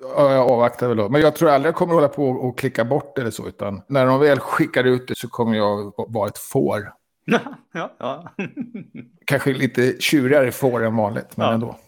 Ja, jag avvaktar väl då. Men jag tror aldrig jag kommer hålla på och klicka bort eller så. Utan när de väl skickar ut det så kommer jag vara ett får. Ja. Kanske lite tjurigare får än vanligt, men ändå.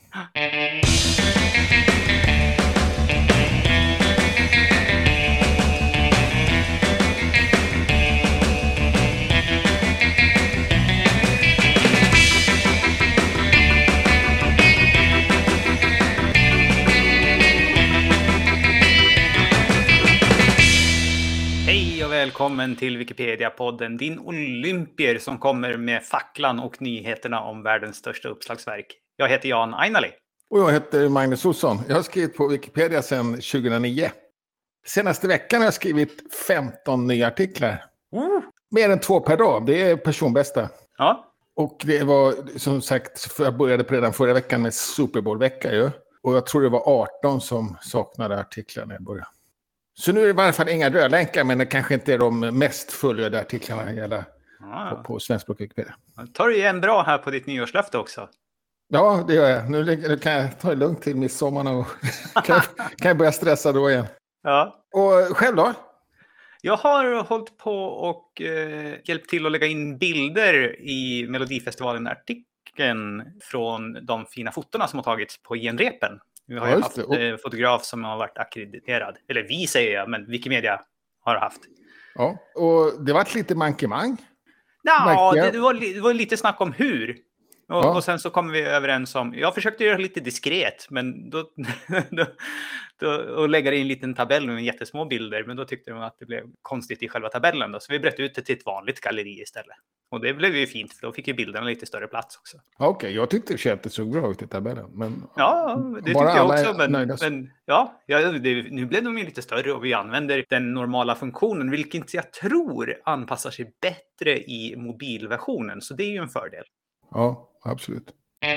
Välkommen till Wikipedia-podden, din olympier som kommer med facklan och nyheterna om världens största uppslagsverk. Jag heter Jan Ainali. Och jag heter Magnus Olsson. Jag har skrivit på Wikipedia sedan 2009. Senaste veckan har jag skrivit 15 nya artiklar. Mer än 2 per dag, det är personbästa. Ja. Och det var som sagt, jag började redan förra veckan med Super Bowl-vecka ju. Och jag tror det var 18 som saknade artiklar när jag började. Så nu är det i varje fall inga rödlänkar, men det kanske inte är de mest fullödiga artiklarna gälla på svenskspråk Wikipedia. Tar du igen bra här på ditt nyårslöfte också? Ja, det gör jag. Nu kan jag ta det lugnt till midsommar och kan jag börja stressa då igen. Ja. Och själv då? Jag har hållit på och hjälpt till att lägga in bilder i Melodifestivalen-artikeln från de fina fotona som har tagits på genrepen. Vi har ju haft en fotograf som har varit akkrediterad. Eller vi säger jag, men Wikimedia har haft. Ja, och det var lite mankemang. Ja, det var lite snack om hur. Och sen så kommer vi överens om... Jag försökte göra lite diskret, men då och lägga in en liten tabell med jättesmå bilder. Men då tyckte de att det blev konstigt i själva tabellen. Då. Så vi bröt ut det till ett vanligt galleri istället. Och det blev ju fint, för då fick ju bilderna lite större plats också. Okej, jag tyckte det såg bra ut i tabellen. Men ja, det tyckte jag också. Men nu blev de ju lite större och vi använder den normala funktionen. Vilket jag tror anpassar sig bättre i mobilversionen. Så det är ju en fördel. Ja, absolut.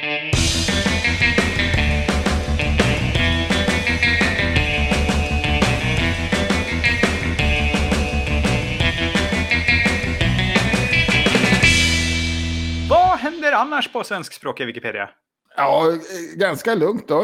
Vad händer annars på svenskspråkiga Wikipedia? Ja, ganska lugnt då.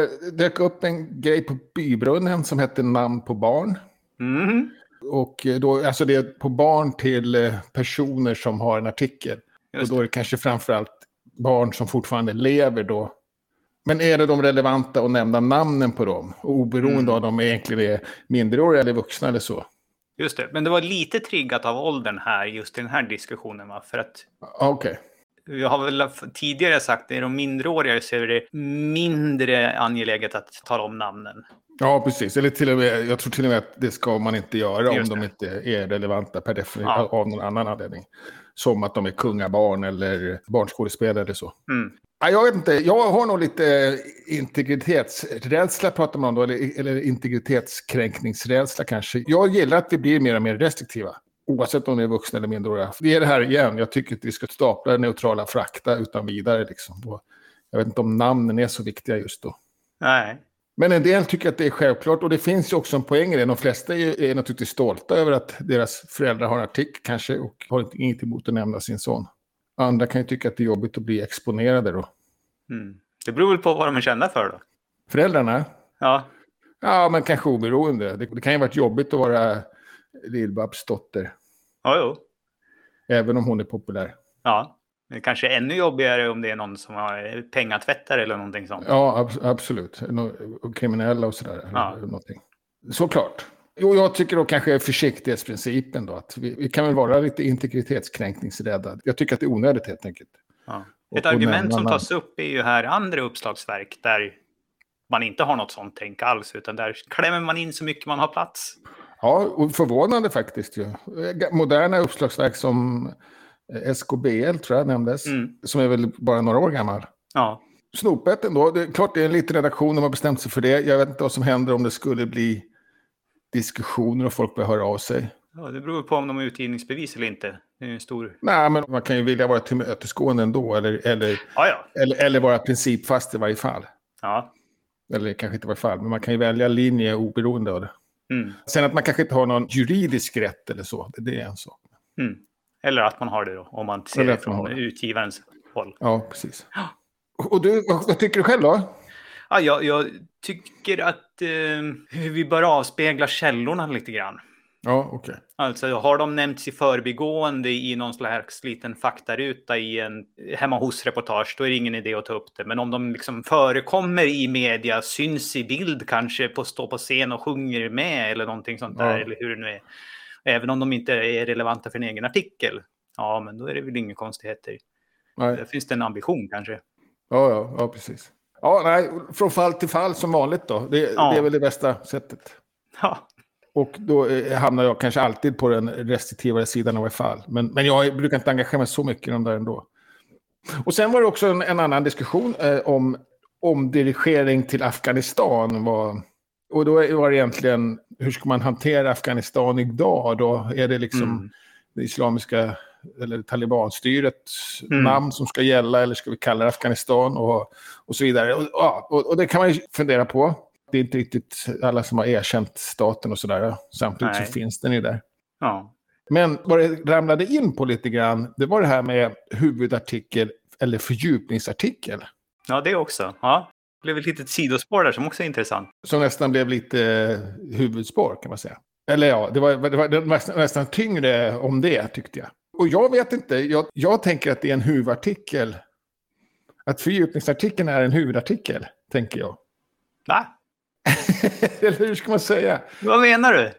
Dök upp en grej på Bybrunnen som heter Namn på barn. Mm. Och då, alltså det är på barn till personer som har en artikel. Och då är det kanske framförallt barn som fortfarande lever då. Men är det de relevanta att nämna namnen på dem? Och oberoende av de egentligen är minderåriga eller vuxna eller så. Just det, men det var lite triggat av åldern här, just i den här diskussionen, va? För att... Okej. Jag har väl tidigare sagt att är de minderåriga så är det mindre angeläget att tala om namnen. Ja, precis. Eller till och med, jag tror till och med att det ska man inte göra om de inte är relevanta per definition av någon annan anledning. Som att de är kungabarn eller barnskådespelare eller så. Mm. Ja, jag vet inte, jag har nog lite integritetsrädsla pratar man om då, eller integritetskränkningsrädsla kanske. Jag gillar att vi blir mer och mer restriktiva. Oavsett om det är vuxna eller mindreåriga. Det är det här igen. Jag tycker att vi ska stapla neutrala fakta utan vidare. Liksom. Jag vet inte om namnen är så viktiga just då. Nej. Men en del tycker att det är självklart. Och det finns ju också en poäng i det. De flesta är naturligtvis stolta över att deras föräldrar har en artikel kanske. Och har inget emot att nämna sin son. Andra kan ju tycka att det är jobbigt att bli exponerade då. Mm. Det beror väl på vad de är kända för då? Föräldrarna? Ja. Ja, men kanske oberoende. Det kan ju vara jobbigt att vara Lill-Babs dotter. Ja, jo. Även om hon är populär. Ja, det är kanske ännu jobbigare om det är någon som har pengatvättare eller någonting sånt. Ja, absolut. Kriminella och sådär. Ja. Någonting. Såklart. Jo, jag tycker då kanske försiktighetsprincipen då. Att vi kan väl vara lite integritetskränkningsrädda. Jag tycker att det är onödigt helt enkelt. Ja. Ett argument som tas upp är ju här andra uppslagsverk där man inte har något sånt tänk alls. Utan där klämmer man in så mycket man har plats. Ja, och förvånande faktiskt ju. Moderna uppslagsverk som SKBL tror jag nämndes. Som är väl bara några år gammal. Ja. Snopet ändå. Det är klart det är en liten redaktion som har bestämt sig för det. Jag vet inte vad som händer om det skulle bli diskussioner och folk börjar höra av sig. Ja, det beror på om de har utgivningsbevis eller inte. Det är en stor... Nej, men man kan ju vilja vara tillmötesgående ändå. Eller vara principfast i varje fall. Ja. Eller kanske inte i varje fall. Men man kan ju välja linje oberoende av det. Mm. Sen att man kanske inte har någon juridisk rätt eller så. Det är en sak. Mm. Eller att man har det då. Om man ser det från utgivarens håll. Ja, precis. Och du, vad tycker du själv då? Ja, jag tycker att vi bör avspegla källorna lite grann. Ja, okej. Alltså har de nämnts i förbigående i någon slags liten faktaruta i en hemma hos-reportage, då är det ingen idé att ta upp det. Men om de liksom förekommer i media, syns i bild kanske, stå på scen och sjunger med eller någonting sånt där, eller hur det nu är. Även om de inte är relevanta för en egen artikel. Ja, men då är det väl inga konstigheter. Nej. Där finns det en ambition kanske. Ja, precis. Ja, nej, från fall till fall som vanligt då. Det är väl det bästa sättet. Ja. Och då hamnar jag kanske alltid på den restriktivare sidan av i fall. Men jag brukar inte engagera mig så mycket i de där ändå. Och sen var det också en annan diskussion om dirigering till Afghanistan. Och då var det egentligen, hur ska man hantera Afghanistan idag? Då är det liksom det islamiska eller talibanstyrets namn som ska gälla, eller ska vi kalla det Afghanistan och så vidare. Och det kan man ju fundera på. Det är inte riktigt alla som har erkänt staten och sådär. Samtidigt så finns den ju där. Ja. Men vad det ramlade in på lite grann, det var det här med huvudartikel eller fördjupningsartikel. Ja, det också. Ja. Det blev ett litet sidospår där som också är intressant. Som nästan blev lite huvudspår kan man säga. Eller ja, det var nästan tyngre om det tyckte jag. Och jag vet inte, jag tänker att det är en huvudartikel. Att fördjupningsartikeln är en huvudartikel, tänker jag. Va? Eller hur ska man säga? Vad menar du?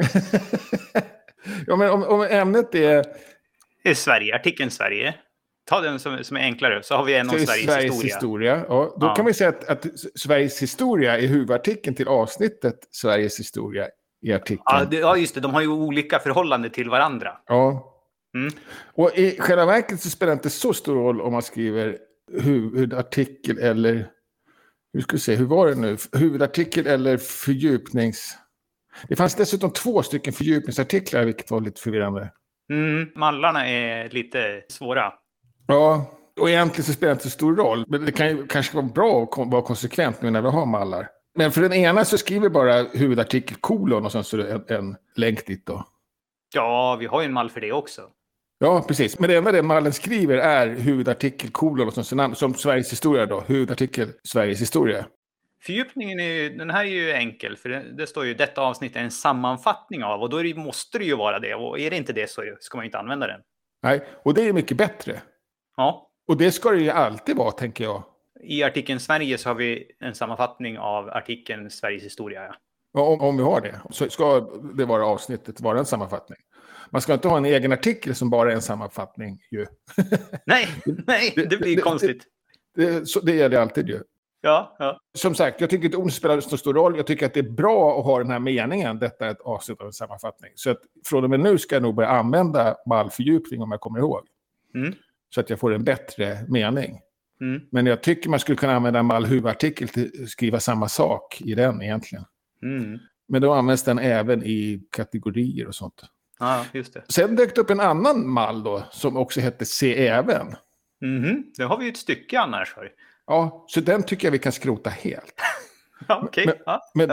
Ja, men om ämnet är... Är Sverige, artikeln Sverige. Ta den som är enklare, så har vi en om Sveriges historia. Ja, då kan vi säga att Sveriges historia är huvudartikeln till avsnittet Sveriges historia i artikeln. Ja, just det. De har ju olika förhållande till varandra. Ja. Och i själva verket så spelar det inte så stor roll om man skriver huvudartikel eller... hur var det nu? Huvudartikel eller fördjupnings... Det fanns dessutom 2 stycken fördjupningsartiklar, vilket var lite förvirrande. Mallarna är lite svåra. Ja, och egentligen så spelar det inte så stor roll. Men det kan ju kanske vara bra att vara konsekvent nu när vi har mallar. Men för den ena så skriver bara huvudartikel : och sen så är det en länk dit då. Ja, vi har ju en mall för det också. Ja, precis. Men det enda den mallen skriver är huvudartikel : och sen så namn som Sveriges historia då. Huvudartikel Sveriges historia. Fördjupningen den här är ju enkel, för det står ju detta avsnitt är en sammanfattning av, och då måste det ju vara det, och är det inte det så ska man ju inte använda den. Nej, och det är mycket bättre. Ja. Och det ska det ju alltid vara, tänker jag. I artikeln Sverige så har vi en sammanfattning av artikeln Sveriges historia. Ja. Ja, om vi har det så ska det vara avsnittet vara en sammanfattning. Man ska inte ha en egen artikel som bara är en sammanfattning ju. Nej, det blir konstigt. Det gäller alltid ju. Ja. Som sagt, jag tycker inte ord spelar så stor roll. Jag tycker att det är bra att ha den här meningen. Detta är ett avsnitt av en sammanfattning. Så att från och med nu ska jag nog börja använda mallfördjupning om jag kommer ihåg. Så att jag får en bättre mening. Men jag tycker man skulle kunna använda mall huvudartikel till att skriva samma sak i den egentligen. Men då används den även i kategorier och sånt. Ja, just det. Sen dök det upp en annan mall då som också hette Se även. Det har vi ju ett stycke annars. Ja, så den tycker jag vi kan skrota helt. Okej. Men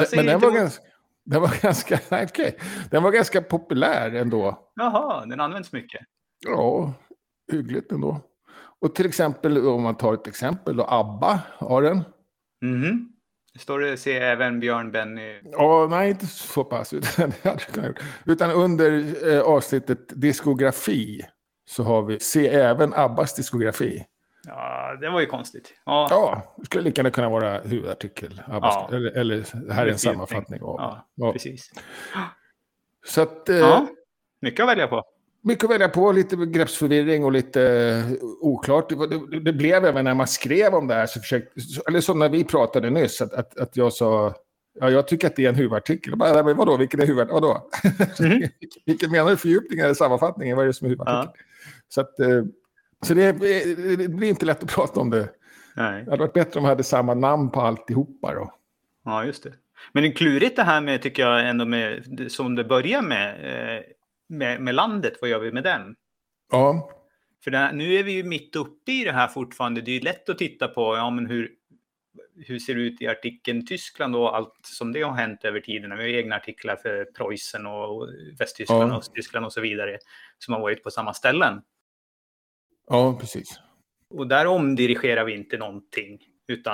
den var ganska populär ändå. Jaha, den används mycket. Ja, hyggligt ändå. Och till exempel, om man tar ett exempel då, ABBA har den. Står det Se även Björn Benny? Ja, nej, inte så pass. Utan under avsnittet diskografi så har vi Se även ABBAs diskografi. Ja, det var ju konstigt. Ja, det skulle lika gärna kunna vara huvudartikel. Eller här är en sammanfattning. Ja, precis. Så att... mycket att välja på. Mycket att välja på, lite begreppsförvirring och lite oklart. Det blev även när man skrev om det här, eller som när vi pratade nyss, att jag sa, jag tycker att det är en huvudartikel. Men vadå, vilken är huvudartikel? Vadå? Vilken menar du, fördjupning eller sammanfattning? Vad är det som är huvudartikel? Så det blir inte lätt att prata om det. Nej. Det hade varit bättre om man hade samma namn på alltihopa då. Ja, just det. Men det är klurigt det här med, tycker jag, ändå som det börjar med landet, vad gör vi med den? Ja. För nu är vi ju mitt uppe i det här fortfarande. Det är ju lätt att titta på men hur ser det ut i artikeln Tyskland och allt som det har hänt över tiden. Vi har egna artiklar för Preussen och Västtyskland och Östtyskland och så vidare som har varit på samma ställen. Ja, precis. Och där omdirigerar vi inte någonting, utan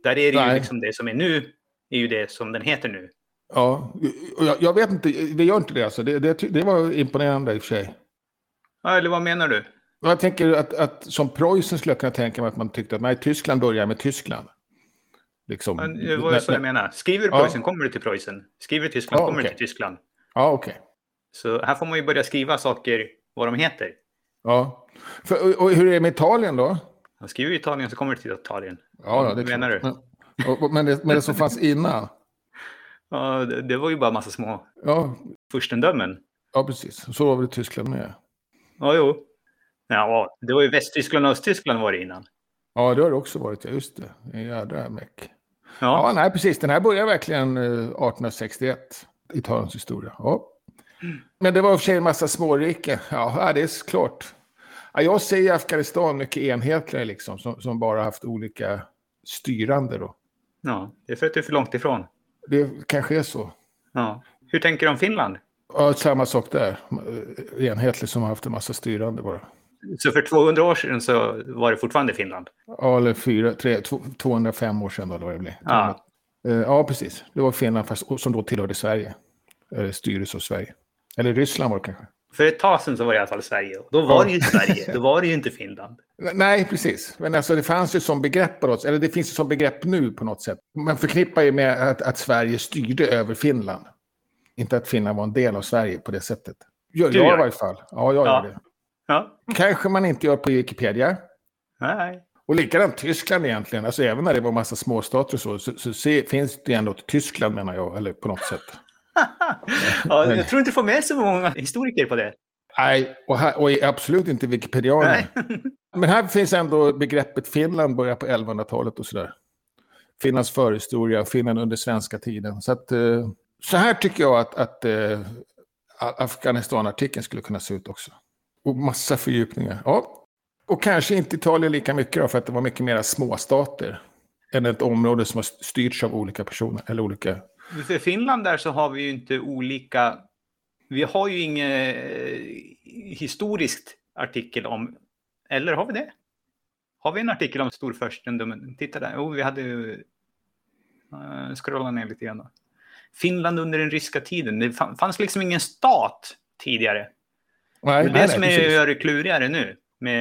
Där är det ju liksom det som är nu, är ju det som den heter nu. Ja, jag vet inte, det gör inte det alltså. Det var imponerande i och för sig. Ja, eller vad menar du? Jag tänker att som Preussen skulle jag kunna tänka mig att man tyckte att nej, Tyskland börjar med Tyskland. Liksom, det var ju så jag menar. Skriver du Preussen kommer du till Preussen. Skriver du Tyskland kommer du till Tyskland. Ja, okej. Så här får man ju börja skriva saker vad de heter. Ja. Och hur är det med Italien då? Jag skriver Italien så kommer du till Italien. Ja, det menar du. Men det som fanns innan? Ja, det var ju bara massa små furstendömen. Ja, precis. Så var väl Tyskland med. Ja, jo. Ja, det var ju Västtyskland och Östtyskland var det innan. Ja, det har det också varit. Just det. En jädra meck. Ja, nej, precis. Den här börjar verkligen 1861. Italiens historia. Ja. Men det var i och för sig en massa smårike. Ja, det är klart. Ja, jag ser Afghanistan mycket enhetligare liksom. Som bara haft olika styrande då. Ja, det är för att det är för långt ifrån. Det kanske är så. Ja. Hur tänker du om Finland? Ja, samma sak där. Enhetligt som har haft en massa styrande bara. Så för 200 år sedan så var det fortfarande Finland? Ja, eller 205 år sedan då var det blev. Ja. Ja, precis. Det var Finland fast, som då tillhörde Sverige. Eller styrdes av Sverige. Eller Ryssland var det kanske. För ett tag sedan så var det i alla fall Sverige. Då var det ju Sverige. Då var det ju inte Finland. Nej, precis. Men alltså det fanns ju som begrepp på något, eller det finns ju som begrepp nu på något sätt. Man förknippar ju med att Sverige styrde över Finland. Inte att Finland var en del av Sverige på det sättet. Jag i varje fall. Ja, jag gör det. Ja. Kanske man inte gör på Wikipedia. Nej. Och likadant Tyskland egentligen. Alltså även när det var massa småstater och så finns det ändå till Tyskland menar jag. Eller på något sätt. Ja, jag tror inte du får med så många historiker på det. Nej, och absolut inte Wikipedianer. Men här finns ändå begreppet Finland börjar på 1100-talet och sådär. Finlands förhistoria, Finland under svenska tiden. Så att så här tycker jag att Afghanistan-artikeln skulle kunna se ut också. Och massa fördjupningar. Ja. Och kanske inte Italien lika mycket då, för att det var mycket mer småstater. Än ett område som har styrts av olika personer. Eller olika... För Finland där så har vi ju inte olika... Vi har ju ingen historiskt artikel om... Eller har vi det? Har vi en artikel om storfurstendömen? Titta där. Jo, vi hade ju... Scrolla ner lite grann då. Finland under den ryska tiden. Det fanns liksom ingen stat tidigare. Nej, det är det som gör det klurigare nu.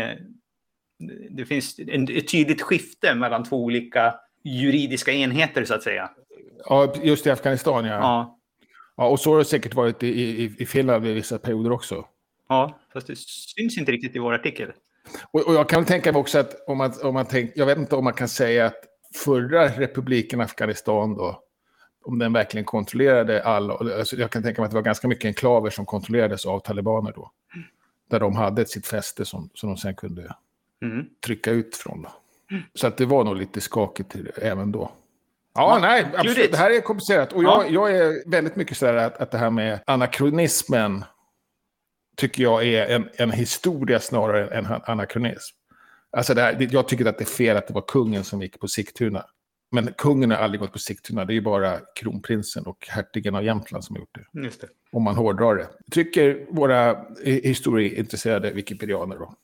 Det finns ett tydligt skifte mellan två olika juridiska enheter så att säga. Ja, just i Afghanistan, ja. Ja, och så har det säkert varit i Finland i vissa perioder också. Ja, fast det syns inte riktigt i vår artikel. Och jag kan tänka mig också att om man tänker, jag vet inte om man kan säga att förra republiken Afghanistan då, om den verkligen kontrollerade alla, alltså jag kan tänka mig att det var ganska mycket enklaver som kontrollerades av talibaner då. Där de hade sitt fäste som de sen kunde trycka ut från då. Så att det var nog lite skakigt även då. Ja, nej, absolut. Det här är komplicerat. Och jag är väldigt mycket så här att det här med anakronismen tycker jag är en historia snarare än anakronism. Alltså jag tycker att det är fel att det var kungen som gick på Sigtuna. Men kungen har aldrig gått på Sigtuna. Det är ju bara kronprinsen och hertigen av Jämtland som har gjort det. Just det. Om man hårdrar det. Tycker våra historieintresserade wikipedianer då.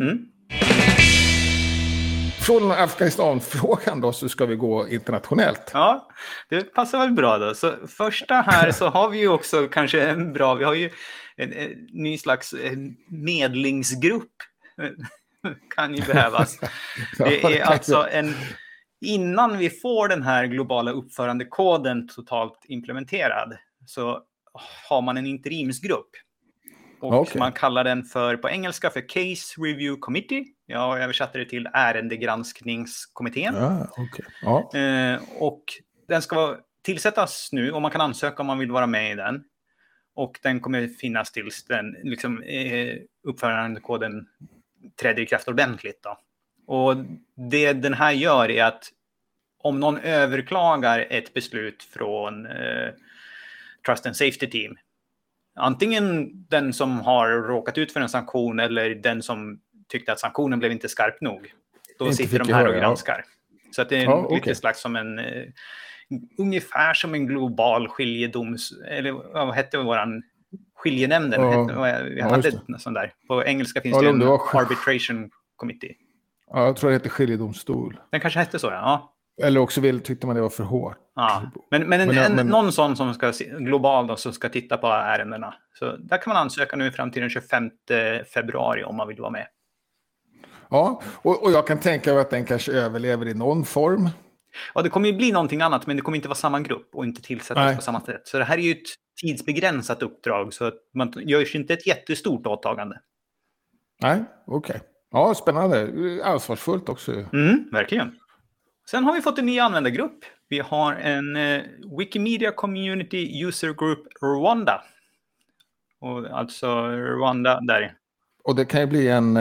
Från Afghanistan-frågan då så ska vi gå internationellt. Ja, det passar väl bra då. Så första här så har vi ju också kanske en bra, vi har ju en ny slags medlingsgrupp kan ju behövas. Det är alltså innan vi får den här globala uppförandekoden totalt implementerad så har man en interimsgrupp. Och man kallar den på engelska för Case Review Committee. Jag översatte det till ärendegranskningskommittén. Och den ska tillsättas nu och man kan ansöka om man vill vara med i den. Och den kommer finnas tills den uppförandekoden träder i kraft ordentligt då. Och det den här gör är att om någon överklagar ett beslut från Trust and Safety Team, antingen den som har råkat ut för en sanktion eller den som tyckte att sanktionen blev inte skarp nog, då sitter de här och granskar. Så att det är lite slags som ungefär som en global skiljedoms, eller vad hette våran skiljenämnden? Vi hade en sån där. På engelska finns det en arbitration committee. Ja, jag tror det heter skiljedomstol. Den kanske hette så, ja. Eller också tyckte man det var för hårt. Ja. Men någon sån som ska global då, som ska titta på ärendena. Så där kan man ansöka nu fram till den 25 februari om man vill vara med. Ja, och jag kan tänka mig att den kanske överlever i någon form. Ja, det kommer ju bli någonting annat, men det kommer inte vara samma grupp och inte tillsättas på samma sätt. Så det här är ju ett tidsbegränsat uppdrag, så att man gör ju inte ett jättestort åtagande. Nej, okej. Ja, spännande. Ansvarsfullt också. Verkligen. Sen har vi fått en ny användargrupp. Vi har en Wikimedia Community User Group Rwanda. Och alltså Rwanda där. Och det kan ju bli en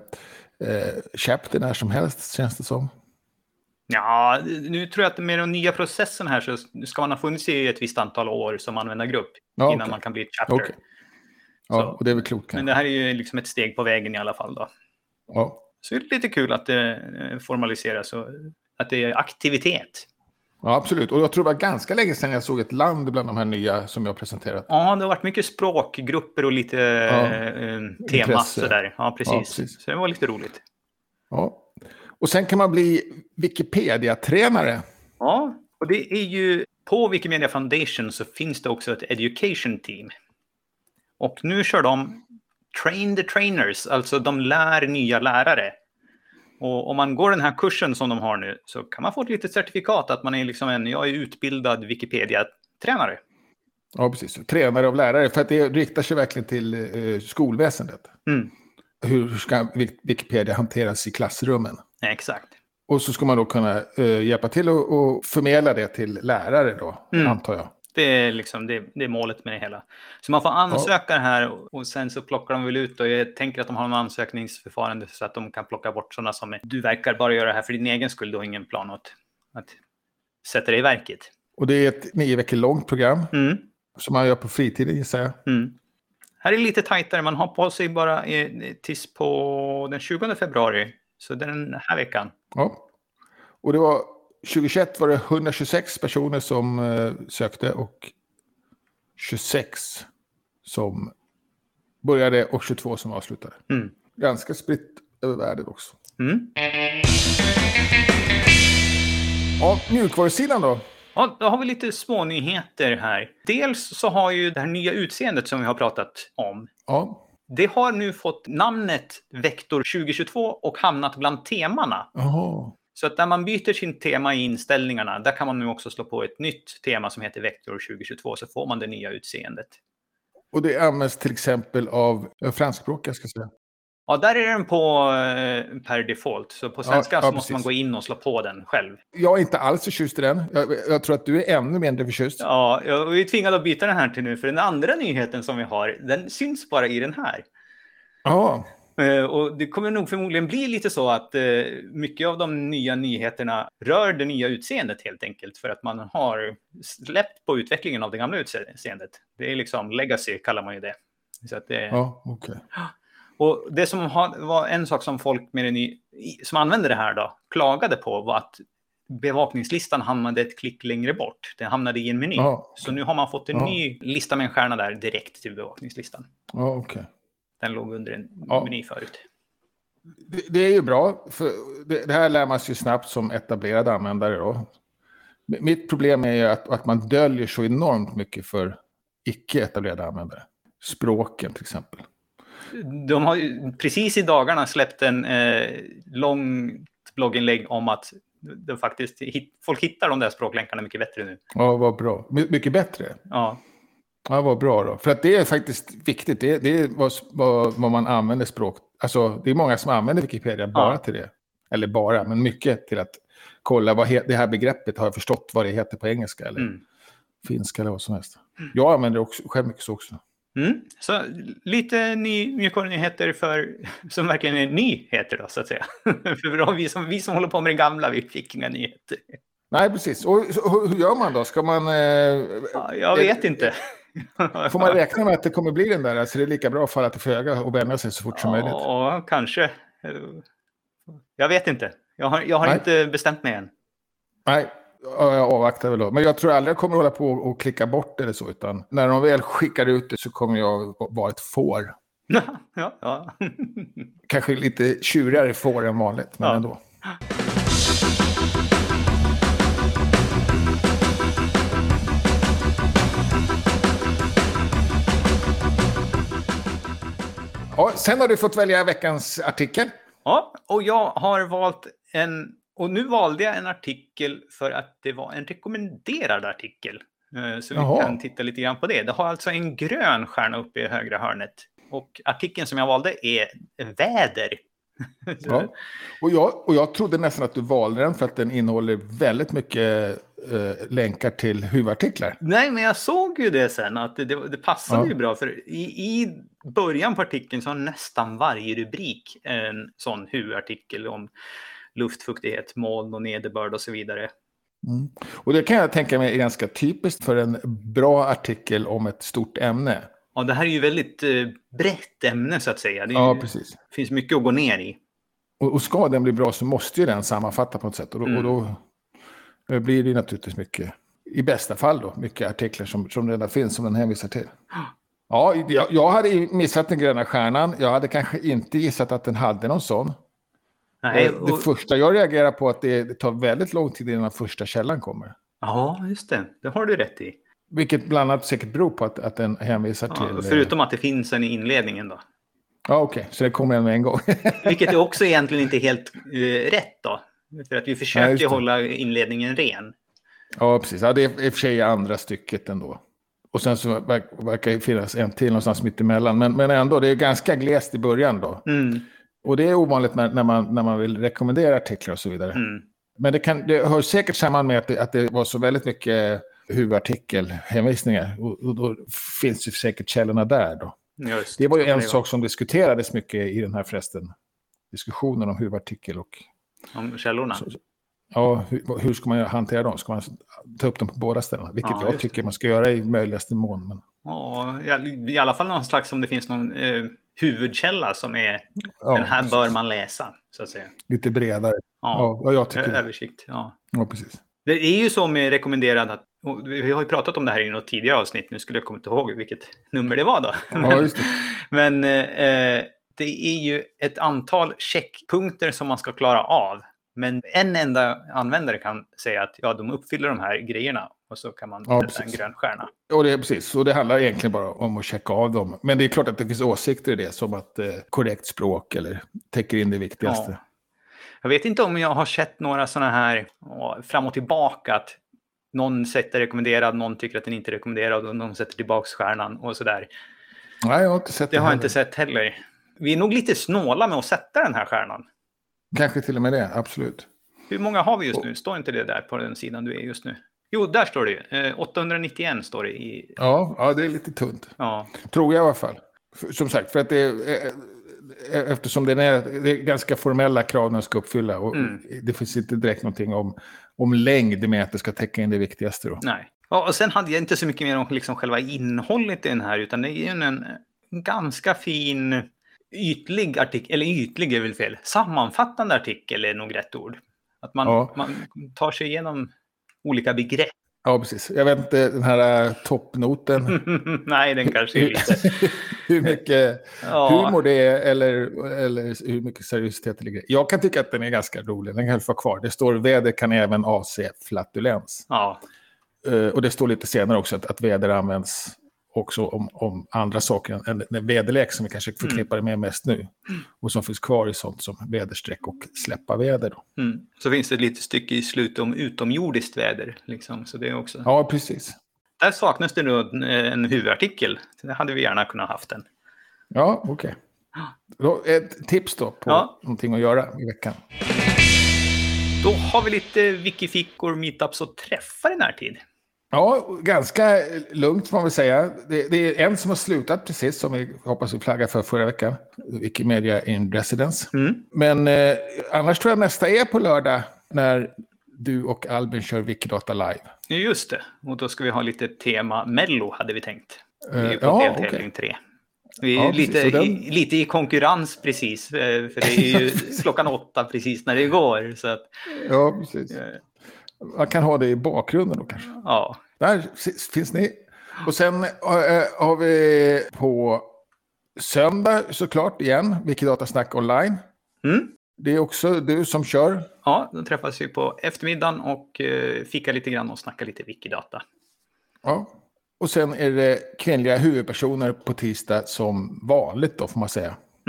chapter när som helst, känns det som. Ja, nu tror jag att med den nya processen här så ska man ha funnits i ett visst antal år som användargrupp innan man kan bli ett chapter. Okay. Ja, och det är väl klokt. Men det här är ju liksom ett steg på vägen i alla fall då. Ja. Så det är lite kul att det formaliseras och att det är aktivitet. Ja, absolut. Och jag tror det var ganska länge sedan jag såg ett land bland de här nya som jag presenterat. Ja, det har varit mycket språkgrupper och lite tema sådär. Ja, precis. Ja, precis. Så det var lite roligt. Ja. Och sen kan man bli Wikipedia-tränare. Ja, och det är ju på Wikimedia Foundation så finns det också ett education team. Och nu kör de Train the Trainers, alltså de lär nya lärare. Och om man går den här kursen som de har nu så kan man få ett litet certifikat att man är liksom jag är utbildad Wikipedia-tränare. Ja, precis. Tränare av lärare, för att det riktar sig verkligen till skolväsendet. Hur ska Wikipedia hanteras i klassrummen? Ja, exakt. Och så ska man då kunna hjälpa till och förmedla det till lärare då, antar jag. Det är liksom det är målet med det hela. Så man får ansöka här och sen så plockar de väl ut. Och jag tänker att de har en ansökningsförfarande så att de kan plocka bort sådana som du verkar bara göra det här för din egen skull. Du har ingen plan att sätta det i verket. Och det är ett 9 veckor långt program som man gör på fritiden, gissar jag. Här är det lite tajtare. Man har på sig bara tills på den 20 februari. Så den här veckan. Ja. Och det var 2021 var det 126 personer som sökte och 26 som började och 22 som avslutade. Ganska spritt över världen också. Ja, mjukvarusidan då? Ja, då har vi lite små nyheter här. Dels så har ju det här nya utseendet som vi har pratat om. Ja. Det har nu fått namnet Vector 2022 och hamnat bland temana. Jaha. Så att när man byter sin tema i inställningarna, där kan man nu också slå på ett nytt tema som heter Vector 2022, så får man det nya utseendet. Och det används till exempel av franskspråkiga, ska jag säga. Ja, där är den på per default. Så på svenska så måste man gå in och slå på den själv. Jag är inte alls förtjust i den. Jag tror att du är ännu mindre förtjust. Ja, vi är tvingade att byta den här till nu. För den andra nyheten som vi har, den syns bara i den här. Ja. Och det kommer nog förmodligen bli lite så att mycket av de nya nyheterna rör det nya utseendet helt enkelt. För att man har släppt på utvecklingen av det gamla utseendet. Det är liksom legacy kallar man ju det. Så att det... Ja, okej. Och det som var en sak som folk som använde det här då klagade på var att bevakningslistan hamnade ett klick längre bort. Den hamnade i en meny. Okay. Så nu har man fått en ny lista med en stjärna där direkt till bevakningslistan. Okay. Den låg under en meny förut. Det är ju bra, för det här lär man sig snabbt som etablerad användare då. Mitt problem är ju att man döljer så enormt mycket för icke-etablerade användare. Språken till exempel. De har ju precis i dagarna släppt en lång blogginlägg om att folk hittar de där språklänkarna mycket bättre nu. Ja, vad bra. Mycket bättre? Ja. Ja, vad bra då. För att det är faktiskt viktigt. Det är vad man använder språk. Alltså, det är många som använder Wikipedia bara till det. Eller bara, men mycket till att kolla vad det här begreppet har jag förstått vad det heter på engelska eller finska eller vad som helst. Jag använder också själv mycket så också. Så lite nyheter som verkligen är nyheter då, så att säga. För vi som håller på med det gamla, vi fick inga nyheter. Nej, precis. Och hur gör man då? Ska man... jag vet inte. Får man räkna med att det kommer bli den där? Alltså det är lika bra att falla till föga och vänja sig så fort som möjligt. Ja, kanske. Jag vet inte. Jag har inte bestämt mig än. Nej. Jag avvaktar väl då. Men jag tror aldrig jag kommer hålla på och klicka bort det eller så. Utan när de väl skickar ut det så kommer jag vara ett får. Ja. Kanske lite tjurigare får än vanligt, men ändå. Ja, sen har du fått välja veckans artikel. Ja, och jag har valt och nu valde jag en artikel för att det var en rekommenderad artikel. Så vi kan titta lite grann på det. Det har alltså en grön stjärna uppe i högra hörnet. Och artikeln som jag valde är väder. Ja. Och jag trodde nästan att du valde den för att den innehåller väldigt mycket länkar till huvudartiklar. Nej, men jag såg ju det sen att det passade ju bra. För i början på artikeln så har nästan varje rubrik en sån huvudartikel om luftfuktighet, moln och nederbörd och så vidare. Mm. Och det kan jag tänka mig är ganska typiskt för en bra artikel om ett stort ämne. Ja, det här är ju väldigt brett ämne så att säga. Precis. Det finns mycket att gå ner i. Och ska den bli bra så måste ju den sammanfatta på något sätt. Och då blir det naturligtvis mycket, i bästa fall då, mycket artiklar som redan finns som den hänvisar till. Ja, jag hade missat den gröna stjärnan. Jag hade kanske inte gissat att den hade någon sån. Nej, det första jag reagerar på att det tar väldigt lång tid innan första källan kommer. Ja, just det. Det har du rätt i. Vilket bland annat säkert beror på att den hänvisar till... Förutom att det finns en i inledningen då. Ja, okej. Så det kommer en med en gång. Vilket är också egentligen inte helt rätt då. För att vi försöker hålla inledningen ren. Ja, precis. Ja, det är i och för sig andra stycket ändå. Och sen så verkar det finnas en till någonstans mitt emellan. Men ändå, det är ganska glest i början då. Mm. Och det är ovanligt när man vill rekommendera artiklar och så vidare. Mm. Men det hör säkert samman med att det var så väldigt mycket huvudartikelhänvisningar. Och då finns ju säkert källorna där då. Just, det var ju en sak som diskuterades mycket i den här diskussionen om huvudartikel och... Om källorna? Hur ska man hantera dem? Ska man ta upp dem på båda ställena? Vilket jag tycker man ska göra i möjligaste mån. Men... Ja, i alla fall någon slags om det finns någon huvudkälla som är den här bör man läsa, så att säga. Lite bredare. Ja, jag tycker översikt. Ja, precis. Det är ju så med rekommenderad vi har ju pratat om det här i något tidigare avsnitt. Nu skulle jag komma inte ihåg vilket nummer det var då. Ja, just det. Men det är ju ett antal checkpunkter som man ska klara av. Men en enda användare kan säga att de uppfyller de här grejerna. Och så kan man sätta en grön stjärna. Och det är precis. Och det handlar egentligen bara om att checka av dem. Men det är klart att det finns åsikter i det. Som att korrekt språk eller täcker in det viktigaste. Ja. Jag vet inte om jag har sett några sådana här fram och tillbaka. Att någon sätter rekommenderad, någon tycker att den inte är rekommenderad. Och någon sätter tillbaka stjärnan och sådär. Nej, jag har inte sett det. Det har jag inte sett heller. Vi är nog lite snåla med att sätta den här stjärnan. Kanske till och med det, absolut. Hur många har vi just nu? Står inte det där på den sidan du är just nu? Jo, där står det ju. 891 står det i... Ja, det är lite tunt. Ja. Tror jag i alla fall. Som sagt, för att eftersom det är ganska formella krav man ska uppfylla. Och det finns inte direkt någonting om längd med att det ska täcka in det viktigaste då. Nej. Ja, och sen hade jag inte så mycket mer om liksom själva innehållet i den här. Utan det är ju en ganska fin... ytlig artikel, eller ytlig är väl fel. Sammanfattande artikel är nog rätt ord. Att man tar sig igenom olika begrepp. Ja, precis. Jag vet inte, den här toppnoten. Nej, den kanske är lite... hur mycket humor det är eller hur mycket seriositet det ligger. Jag kan tycka att den är ganska rolig. Den kan få kvar. Det står väder kan även avse flatulens. Ja. Och det står lite senare också att väder används också om andra saker än den väderlek som vi kanske förknippar med mest nu. Och som finns kvar i sånt som väderstreck och släppa väder. Då. Så finns det ett litet stycke i slutet om utomjordiskt väder. Liksom. Så det är också... Ja, precis. Där saknas det nu en huvudartikel. Det hade vi gärna kunnat haft den. Ja, okej. Ett tips då på någonting att göra i veckan. Då har vi lite wikifickor, meetups och träffar i närtid. Ja, ganska lugnt får man väl säga. Det är en som har slutat precis som vi hoppas vi flaggar för förra veckan. Wikimedia in Residence. Men annars tror jag nästa är på lördag när du och Albin kör Wikidata live. Just det. Och då ska vi ha lite tema Mello hade vi tänkt. Vi är på deltävling 3. Vi är lite i konkurrens precis. För det är ju klockan 8 precis när det går. Så att, ja, precis. Man kan ha det i bakgrunden då kanske. Ja. Där finns ni. Och sen har vi på söndag såklart igen Wikidata Snack online. Det är också du som kör. Ja, då träffas vi på eftermiddagen och fikar lite grann och snackar lite Wikidata. Ja, och sen är det kvinnliga huvudpersoner på tisdag som vanligt då får man säga.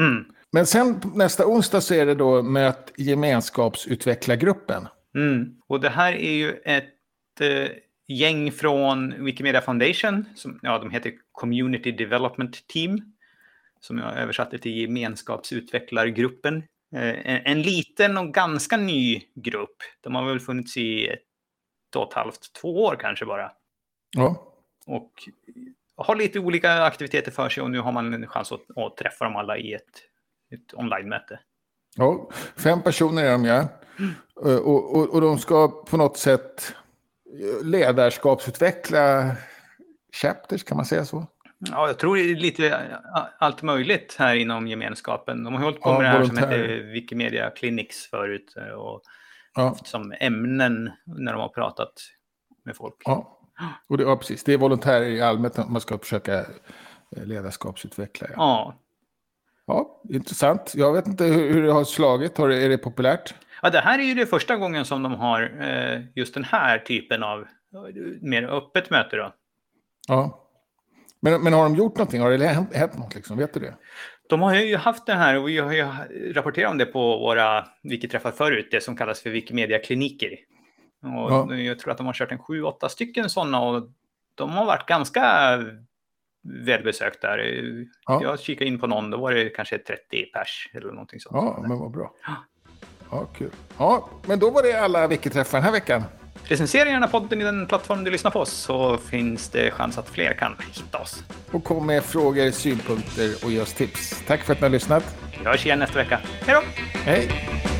Men sen nästa onsdag så är det då möt gemenskapsutvecklargruppen. Och det här är ju ett gäng från Wikimedia Foundation. De heter Community Development Team. Som jag översatte till gemenskapsutvecklargruppen. En liten och ganska ny grupp. De har väl funnits i 1,5-2 år kanske bara. Ja. Och har lite olika aktiviteter för sig och nu har man en chans att träffa dem alla i ett online-möte. Ja, 5 personer är de, ja. Och de ska på något sätt ledarskapsutveckla chapters, kan man säga så? Ja, jag tror det är lite allt möjligt här inom gemenskapen. De har hållit på med det här som heter Wikimedia Clinics förut och som ämnen när de har pratat med folk. Ja, och precis. Det är volontärer i allmänhet man ska försöka ledarskapsutveckla. Ja, intressant. Jag vet inte hur det har slagit. Är det populärt? Ja, det här är ju det första gången som de har just den här typen av mer öppet möte då. Ja. Men har de gjort någonting? Har det hänt något liksom? Vet du det? De har ju haft det här och vi har ju rapporterat om det på våra Wikiträffar förut. Det som kallas för Wikimedia-kliniker. Och jag tror att de har kört 7-8 stycken sådana och de har varit ganska välbesökt där. Jag kikade in på någon, då var det kanske 30 pers eller någonting sånt. Ja, men vad bra. Ja, kul. Ja, men då var det alla Wikiträffar den här veckan. Recensera gärna podden i den plattform du lyssnar på så finns det chans att fler kan hitta oss. Och kom med frågor, synpunkter och ge oss tips. Tack för att ni har lyssnat. Vi hörs igen nästa vecka. Hej då! Hej!